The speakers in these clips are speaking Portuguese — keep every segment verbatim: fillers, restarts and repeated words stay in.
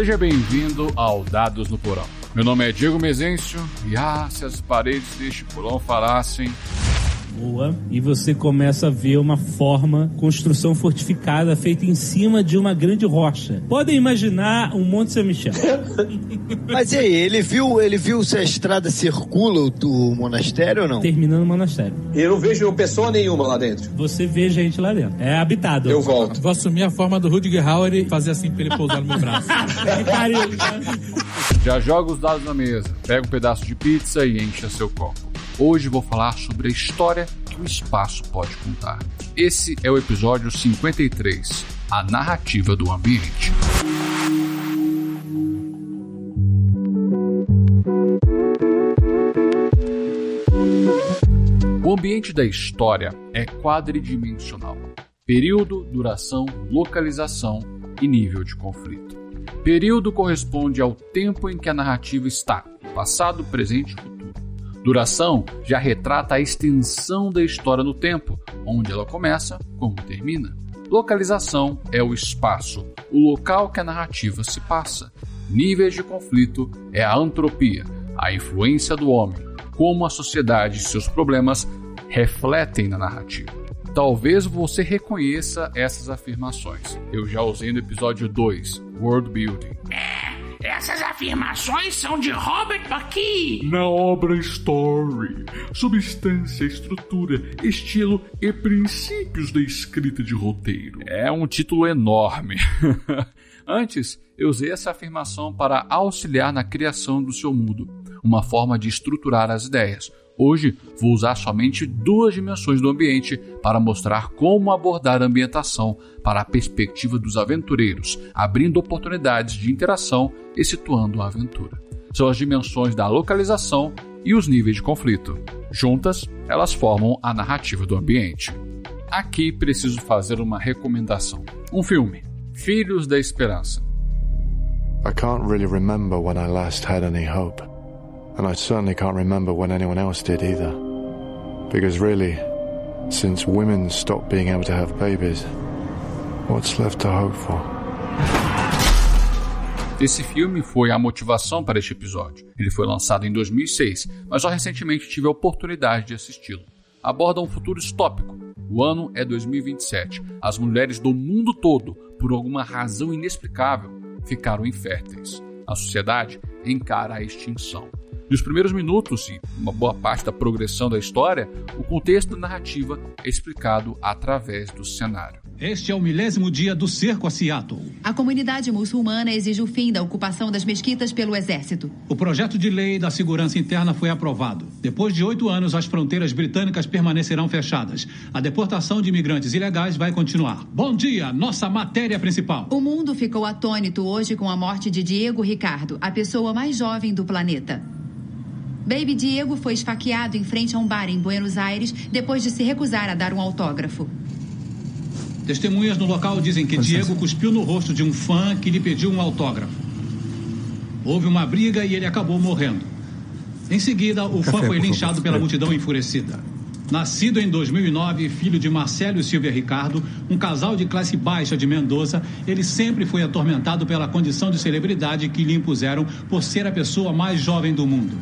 Seja bem-vindo ao Dados no Porão. Meu nome é Diego Mezencio e ah, se as paredes deste porão falassem... Boa. E você começa a ver uma forma, construção fortificada feita em cima de uma grande rocha. Podem imaginar um Monte Saint-Michel. Mas e aí, ele viu, ele viu se a estrada circula o, o monastério ou não? Terminando o monastério. Eu não vejo pessoa nenhuma lá dentro. Você vê gente lá dentro. É habitado. Eu volto. Vou assumir a forma do Rutger Hauer e fazer assim pra ele pousar no meu braço. Já joga os dados na mesa, pega um pedaço de pizza e encha seu copo. Hoje vou falar sobre a história que o espaço pode contar. Esse é o episódio cinquenta e três, a narrativa do ambiente. O ambiente da história é quadridimensional. Período, duração, localização e nível de conflito. Período corresponde ao tempo em que a narrativa está, passado, presente e futuro. Duração já retrata a extensão da história no tempo, onde ela começa, como termina. Localização é o espaço, o local que a narrativa se passa. Níveis de conflito é a antropia, a influência do homem, como a sociedade e seus problemas refletem na narrativa. Talvez você reconheça essas afirmações. Eu já usei no episódio dois, World Building. Essas afirmações são de Robert McKee. Na obra Story, substância, estrutura, estilo e princípios da escrita de roteiro. É um título enorme. Antes, eu usei essa afirmação para auxiliar na criação do seu mundo, uma forma de estruturar as ideias. Hoje, vou usar somente duas dimensões do ambiente para mostrar como abordar a ambientação para a perspectiva dos aventureiros, abrindo oportunidades de interação e situando a aventura. São as dimensões da localização e os níveis de conflito. Juntas, elas formam a narrativa do ambiente. Aqui preciso fazer uma recomendação. Um filme, Filhos da Esperança. I can't really remember when I last had any hope. And I certainly can't remember when anyone else did either. Because really, since women stopped being able to have babies, what's left to hope for? Esse filme foi a motivação para este episódio. Ele foi lançado em dois mil e seis, mas só recentemente tive a oportunidade de assisti-lo. Aborda um futuro distópico. O ano é dois mil e vinte e sete. As mulheres do mundo todo, por alguma razão inexplicável, ficaram inférteis. A sociedade encara a extinção. Nos primeiros minutos e uma boa parte da progressão da história, o contexto da narrativa é explicado através do cenário. Este é o milésimo dia do cerco a Seattle. A comunidade muçulmana exige o fim da ocupação das mesquitas pelo exército. O projeto de lei da segurança interna foi aprovado. Depois de oito anos, as fronteiras britânicas permanecerão fechadas. A deportação de imigrantes ilegais vai continuar. Bom dia, nossa matéria principal. O mundo ficou atônito hoje com a morte de Diego Ricardo, a pessoa mais jovem do planeta. Baby Diego foi esfaqueado em frente a um bar em Buenos Aires depois de se recusar a dar um autógrafo. Testemunhas no local dizem que Diego cuspiu no rosto de um fã que lhe pediu um autógrafo. Houve uma briga e ele acabou morrendo. Em seguida, o fã foi linchado pela multidão enfurecida. Nascido em dois mil e nove, filho de Marcelo e Silvia Ricardo, um casal de classe baixa de Mendoza, ele sempre foi atormentado pela condição de celebridade que lhe impuseram por ser a pessoa mais jovem do mundo.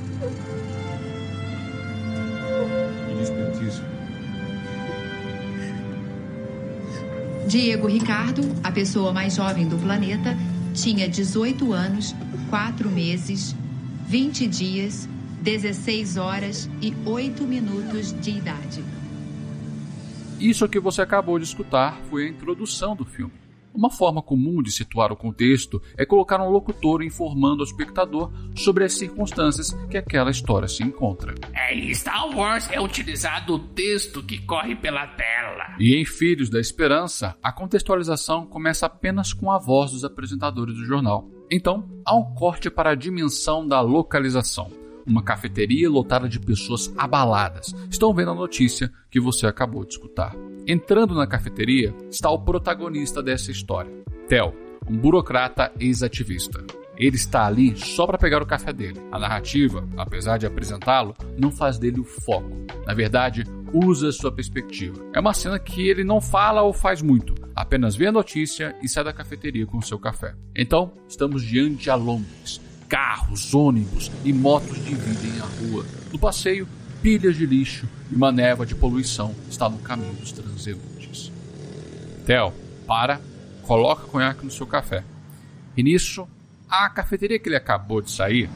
Diego Ricardo, a pessoa mais jovem do planeta, tinha dezoito anos, quatro meses, vinte dias, dezesseis horas e oito minutos de idade. Isso que você acabou de escutar foi a introdução do filme. Uma forma comum de situar o contexto é colocar um locutor informando ao espectador sobre as circunstâncias que aquela história se encontra. Em Star Wars é utilizado o texto que corre pela tela. E em Filhos da Esperança, a contextualização começa apenas com a voz dos apresentadores do jornal. Então, há um corte para a dimensão da localização. Uma cafeteria lotada de pessoas abaladas estão vendo a notícia que você acabou de escutar. Entrando na cafeteria está o protagonista dessa história, Theo, um burocrata ex-ativista. Ele está ali só para pegar o café dele. A narrativa, apesar de apresentá-lo, não faz dele o foco. Na verdade, usa sua perspectiva. É uma cena que ele não fala ou faz muito, apenas vê a notícia e sai da cafeteria com o seu café. Então, estamos diante de Londres. Carros, ônibus e motos dividem a rua. No passeio, pilhas de lixo e uma névoa de poluição está no caminho dos transeuntes. Theo, para, coloca conhaque no seu café. E nisso, a cafeteria que ele acabou de sair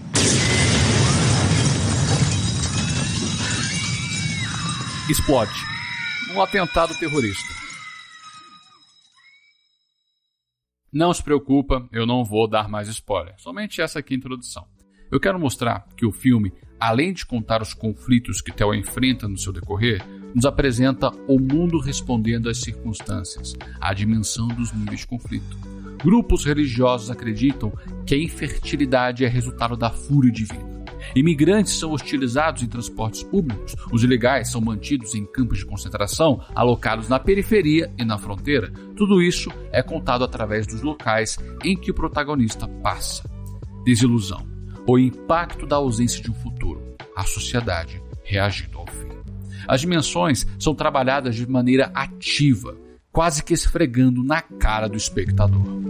explode. Um atentado terrorista. Não se preocupa, eu não vou dar mais spoiler. Somente essa aqui é a introdução. Eu quero mostrar que o filme, além de contar os conflitos que Theo enfrenta no seu decorrer, nos apresenta o mundo respondendo às circunstâncias, a dimensão dos níveis de conflito. Grupos religiosos acreditam que a infertilidade é resultado da fúria divina. Imigrantes são hostilizados em transportes públicos, os ilegais são mantidos em campos de concentração alocados na periferia e na fronteira. Tudo isso é contado através dos locais em que o protagonista passa. Desilusão, o impacto da ausência de um futuro, a sociedade reagindo ao fim. As dimensões são trabalhadas de maneira ativa, quase que esfregando na cara do espectador.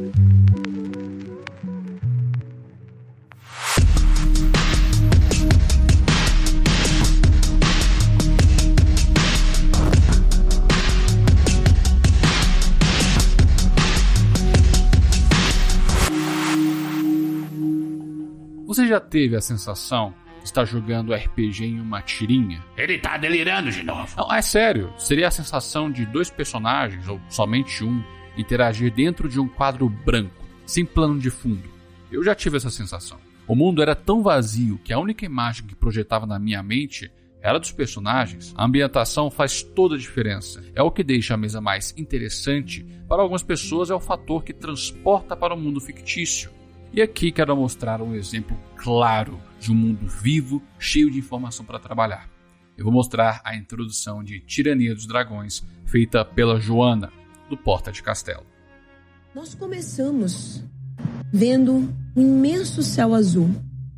Você já teve a sensação de estar jogando R P G em uma tirinha? Ele tá delirando de novo. Não, é sério. Seria a sensação de dois personagens, ou somente um, interagir dentro de um quadro branco, sem plano de fundo. Eu já tive essa sensação. O mundo era tão vazio que a única imagem que projetava na minha mente era dos personagens. A ambientação faz toda a diferença. É o que deixa a mesa mais interessante. Para algumas pessoas é o fator que transporta para o mundo fictício. E aqui quero mostrar um exemplo claro de um mundo vivo, cheio de informação para trabalhar. Eu vou mostrar a introdução de Tirania dos Dragões, feita pela Joana, do Porta de Castelo. Nós começamos vendo um imenso céu azul.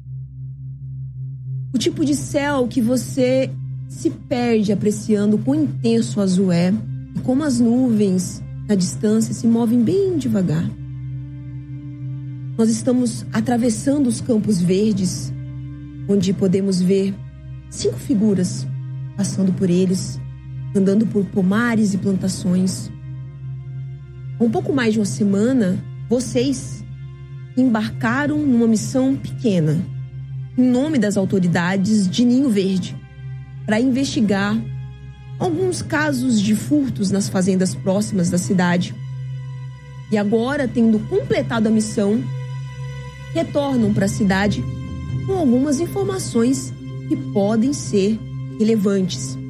O tipo de céu que você se perde apreciando quão intenso o azul é e como as nuvens na distância se movem bem devagar. Nós estamos atravessando os campos verdes, onde podemos ver cinco figuras passando por eles, andando por pomares e plantações. Há um pouco mais de uma semana, vocês embarcaram numa missão pequena, em nome das autoridades de Ninho Verde, para investigar alguns casos de furtos nas fazendas próximas da cidade. E agora, tendo completado a missão, retornam para a cidade com algumas informações que podem ser relevantes.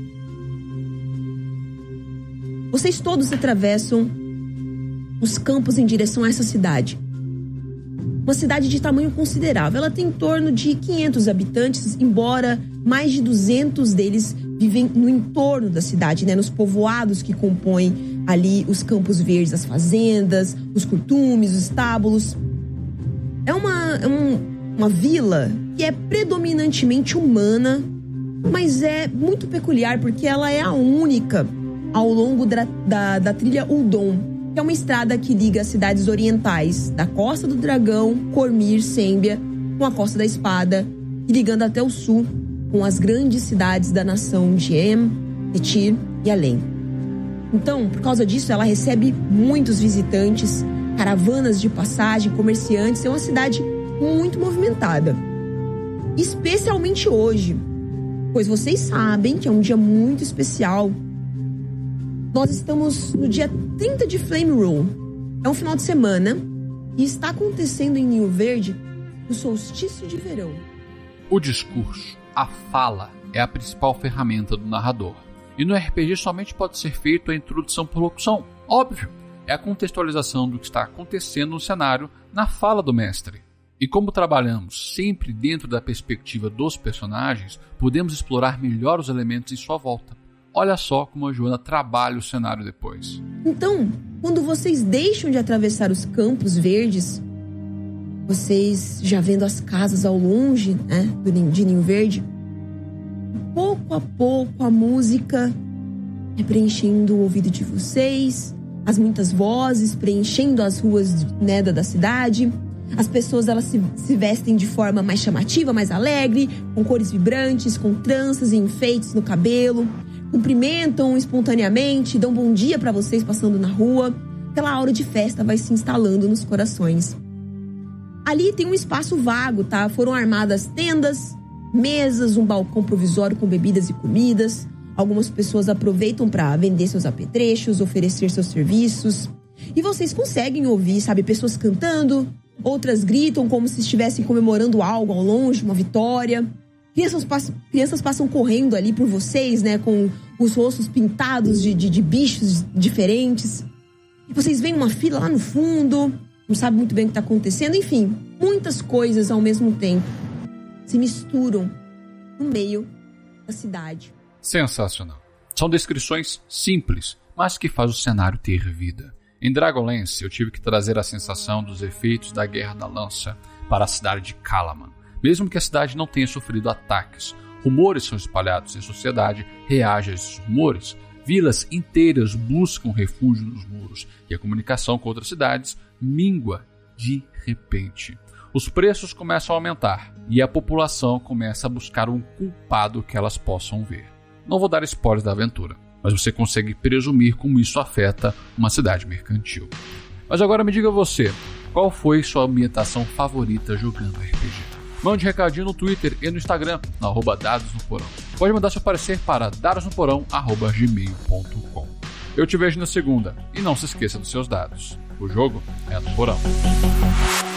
Vocês todos atravessam os campos em direção a essa cidade. Uma cidade de tamanho considerável. Ela tem em torno de quinhentos habitantes, embora mais de duzentos deles vivem no entorno da cidade, né, nos povoados que compõem ali os campos verdes, as fazendas, os curtumes, os estábulos. É uma, é um, uma vila que é predominantemente humana, mas é muito peculiar porque ela é a única ao longo da, da, da trilha Uldon, que é uma estrada que liga as cidades orientais da Costa do Dragão, Cormir, Sembia, com a Costa da Espada, e ligando até o sul com as grandes cidades da nação de Em, Etir e além. Então, por causa disso, ela recebe muitos visitantes, caravanas de passagem, comerciantes. É uma cidade muito movimentada. Especialmente hoje, pois vocês sabem que é um dia muito especial. Nós estamos no dia trinta de Flame Roll. É um final de semana e está acontecendo em Ninho Verde o solstício de verão. O discurso, a fala, é a principal ferramenta do narrador. E no R P G somente pode ser feito a introdução por locução. Óbvio, é a contextualização do que está acontecendo no cenário na fala do mestre. E como trabalhamos sempre dentro da perspectiva dos personagens, podemos explorar melhor os elementos em sua volta. Olha só como a Joana trabalha o cenário depois. Então, quando vocês deixam de atravessar os campos verdes, vocês já vendo as casas ao longe, né, de Ninho Verde, pouco a pouco a música é preenchendo o ouvido de vocês, as muitas vozes preenchendo as ruas, né, da cidade. As pessoas elas se, se vestem de forma mais chamativa, mais alegre, com cores vibrantes, com tranças e enfeites no cabelo. Cumprimentam espontaneamente, dão bom dia para vocês passando na rua. Aquela aura de festa vai se instalando nos corações. Ali tem um espaço vago, tá? Foram armadas tendas, mesas, um balcão provisório com bebidas e comidas. Algumas pessoas aproveitam para vender seus apetrechos, oferecer seus serviços. E vocês conseguem ouvir, sabe, pessoas cantando. Outras gritam como se estivessem comemorando algo ao longe, uma vitória. Crianças passam, crianças passam correndo ali por vocês, né? Com os rostos pintados de, de, de bichos diferentes. E vocês veem uma fila lá no fundo, não sabem muito bem o que está acontecendo. Enfim, muitas coisas ao mesmo tempo se misturam no meio da cidade. Sensacional. São descrições simples, mas que faz o cenário ter vida. Em Dragonlance, eu tive que trazer a sensação dos efeitos da Guerra da Lança para a cidade de Calaman. Mesmo que a cidade não tenha sofrido ataques, rumores são espalhados e a sociedade reage a esses rumores. Vilas inteiras buscam refúgio nos muros e a comunicação com outras cidades mingua de repente. Os preços começam a aumentar e a população começa a buscar um culpado que elas possam ver. Não vou dar spoilers da aventura, mas você consegue presumir como isso afeta uma cidade mercantil. Mas agora me diga você, qual foi sua ambientação favorita jogando R P G? Mande recadinho no Twitter e no Instagram, no arroba Dados no Porão. Pode mandar seu parecer para dadosnoporão arroba gmail ponto com. Eu te vejo na segunda, e não se esqueça dos seus dados. O jogo é no Porão.